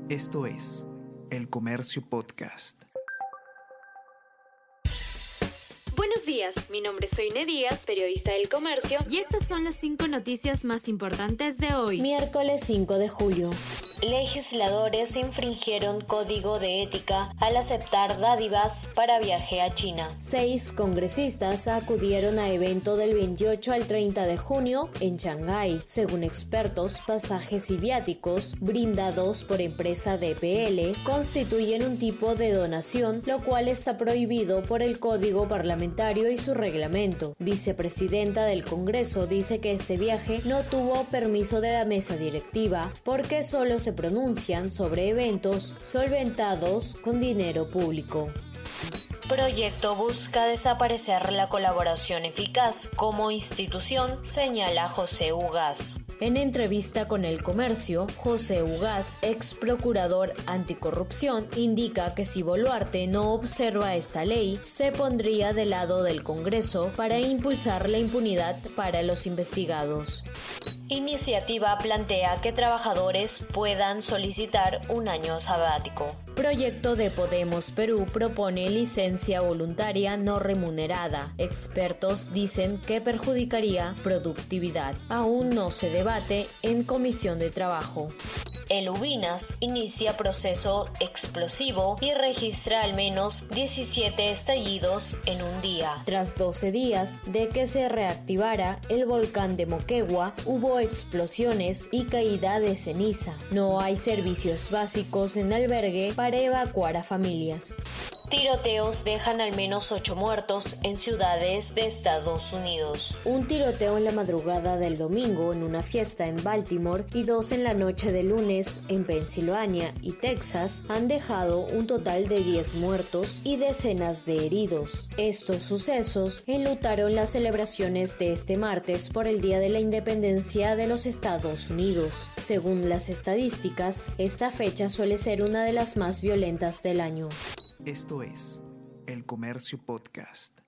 Esto es El Comercio Podcast. Buenos días, mi nombre es Soine Díaz, periodista del Comercio, y estas son las 5 noticias más importantes de hoy. Miércoles 5 de julio. Legisladores infringieron código de ética al aceptar dádivas para viaje a China. 6 congresistas acudieron a evento del 28 al 30 de junio en Shanghái. Según expertos, pasajes y viáticos brindados por empresa DPL constituyen un tipo de donación, lo cual está prohibido por el Código Parlamentario y su reglamento. Vicepresidenta del Congreso dice que este viaje no tuvo permiso de la mesa directiva porque solo se pronuncian sobre eventos solventados con dinero público. Proyecto busca desaparecer la colaboración eficaz como institución, señala José Ugaz. En entrevista con El Comercio, José Ugaz, ex procurador anticorrupción, indica que si Boluarte no observa esta ley, se pondría del lado del Congreso para impulsar la impunidad para los investigados. Iniciativa plantea que trabajadores puedan solicitar un año sabático. Proyecto de Podemos Perú propone licencia voluntaria no remunerada. Expertos dicen que perjudicaría productividad. Aún no se debate en Comisión de Trabajo. El Ubinas inicia proceso explosivo y registra al menos 17 estallidos en un día. Tras 12 días de que se reactivara el volcán de Moquegua, hubo explosiones y caída de ceniza. No hay servicios básicos en albergue para evacuar a familias. Tiroteos dejan al menos 8 muertos en ciudades de Estados Unidos. Un tiroteo en la madrugada del domingo en una fiesta en Baltimore y 2 en la noche del lunes en Pensilvania y Texas han dejado un total de 10 muertos y decenas de heridos. Estos sucesos enlutaron las celebraciones de este martes por el Día de la Independencia de los Estados Unidos. Según las estadísticas, esta fecha suele ser una de las más violentas del año. Esto es El Comercio Podcast.